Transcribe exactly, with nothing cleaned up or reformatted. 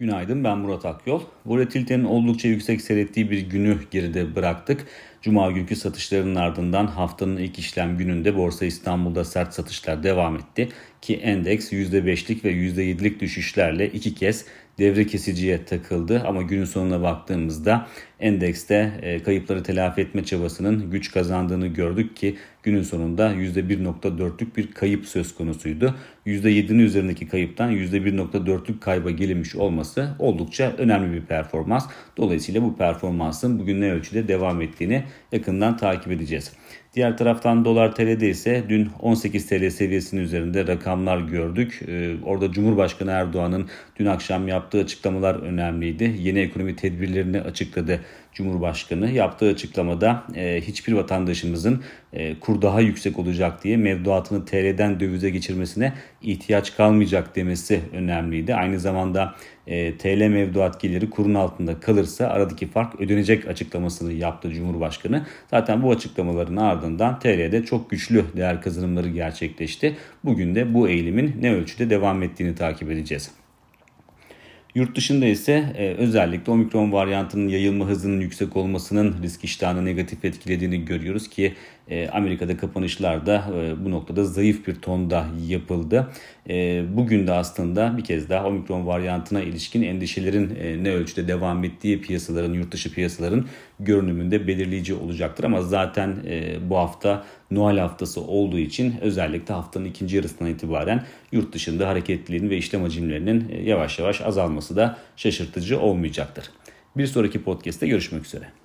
Günaydın, ben Murat Akyol. Volatilitenin oldukça yüksek seyrettiği bir günü geride bıraktık. Cuma günkü satışların ardından haftanın ilk işlem gününde Borsa İstanbul'da sert satışlar devam etti. Ki endeks yüzde beşlik ve yüzde yedilik düşüşlerle iki kez devre kesiciye takıldı. Ama günün sonuna baktığımızda endekste kayıpları telafi etme çabasının güç kazandığını gördük ki günün sonunda yüzde bir virgül dörtlük bir kayıp söz konusuydu. yüzde yedinin üzerindeki kayıptan yüzde bir virgül dörtlük kayba gelinmiş olması oldukça önemli bir performans. Dolayısıyla bu performansın bugün ne ölçüde devam ettiğini yakından takip edeceğiz. Diğer taraftan dolar T L'de ise dün on sekiz T L seviyesinin üzerinde rakamlar gördük. Ee, orada Cumhurbaşkanı Erdoğan'ın dün akşam yaptığı açıklamalar önemliydi. Yeni ekonomi tedbirlerini açıkladı Cumhurbaşkanı. Yaptığı açıklamada e, hiçbir vatandaşımızın e, kur daha yüksek olacak diye mevduatını T L'den dövize geçirmesine ihtiyaç kalmayacak demesi önemliydi. Aynı zamanda e, T L mevduat geliri kurun altında kalırsa aradaki fark ödenecek açıklamasını yaptı Cumhurbaşkanı. Zaten bu açıklamaların ardından T L'de çok güçlü değer kazanımları gerçekleşti. Bugün de bu eğilimin ne ölçüde devam ettiğini takip edeceğiz. Yurt dışında ise e, özellikle omikron varyantının yayılma hızının yüksek olmasının risk iştahını negatif etkilediğini görüyoruz ki e, Amerika'da kapanışlar da e, bu noktada zayıf bir tonda yapıldı. E, bugün de aslında bir kez daha omikron varyantına ilişkin endişelerin e, ne ölçüde devam ettiği piyasaların, yurt dışı piyasaların görünümünde belirleyici olacaktır. Ama zaten e, bu hafta Noel haftası olduğu için özellikle haftanın ikinci yarısından itibaren yurt dışında hareketliliğin ve işlem hacimlerinin yavaş yavaş azalması da şaşırtıcı olmayacaktır. Bir sonraki podcast'te görüşmek üzere.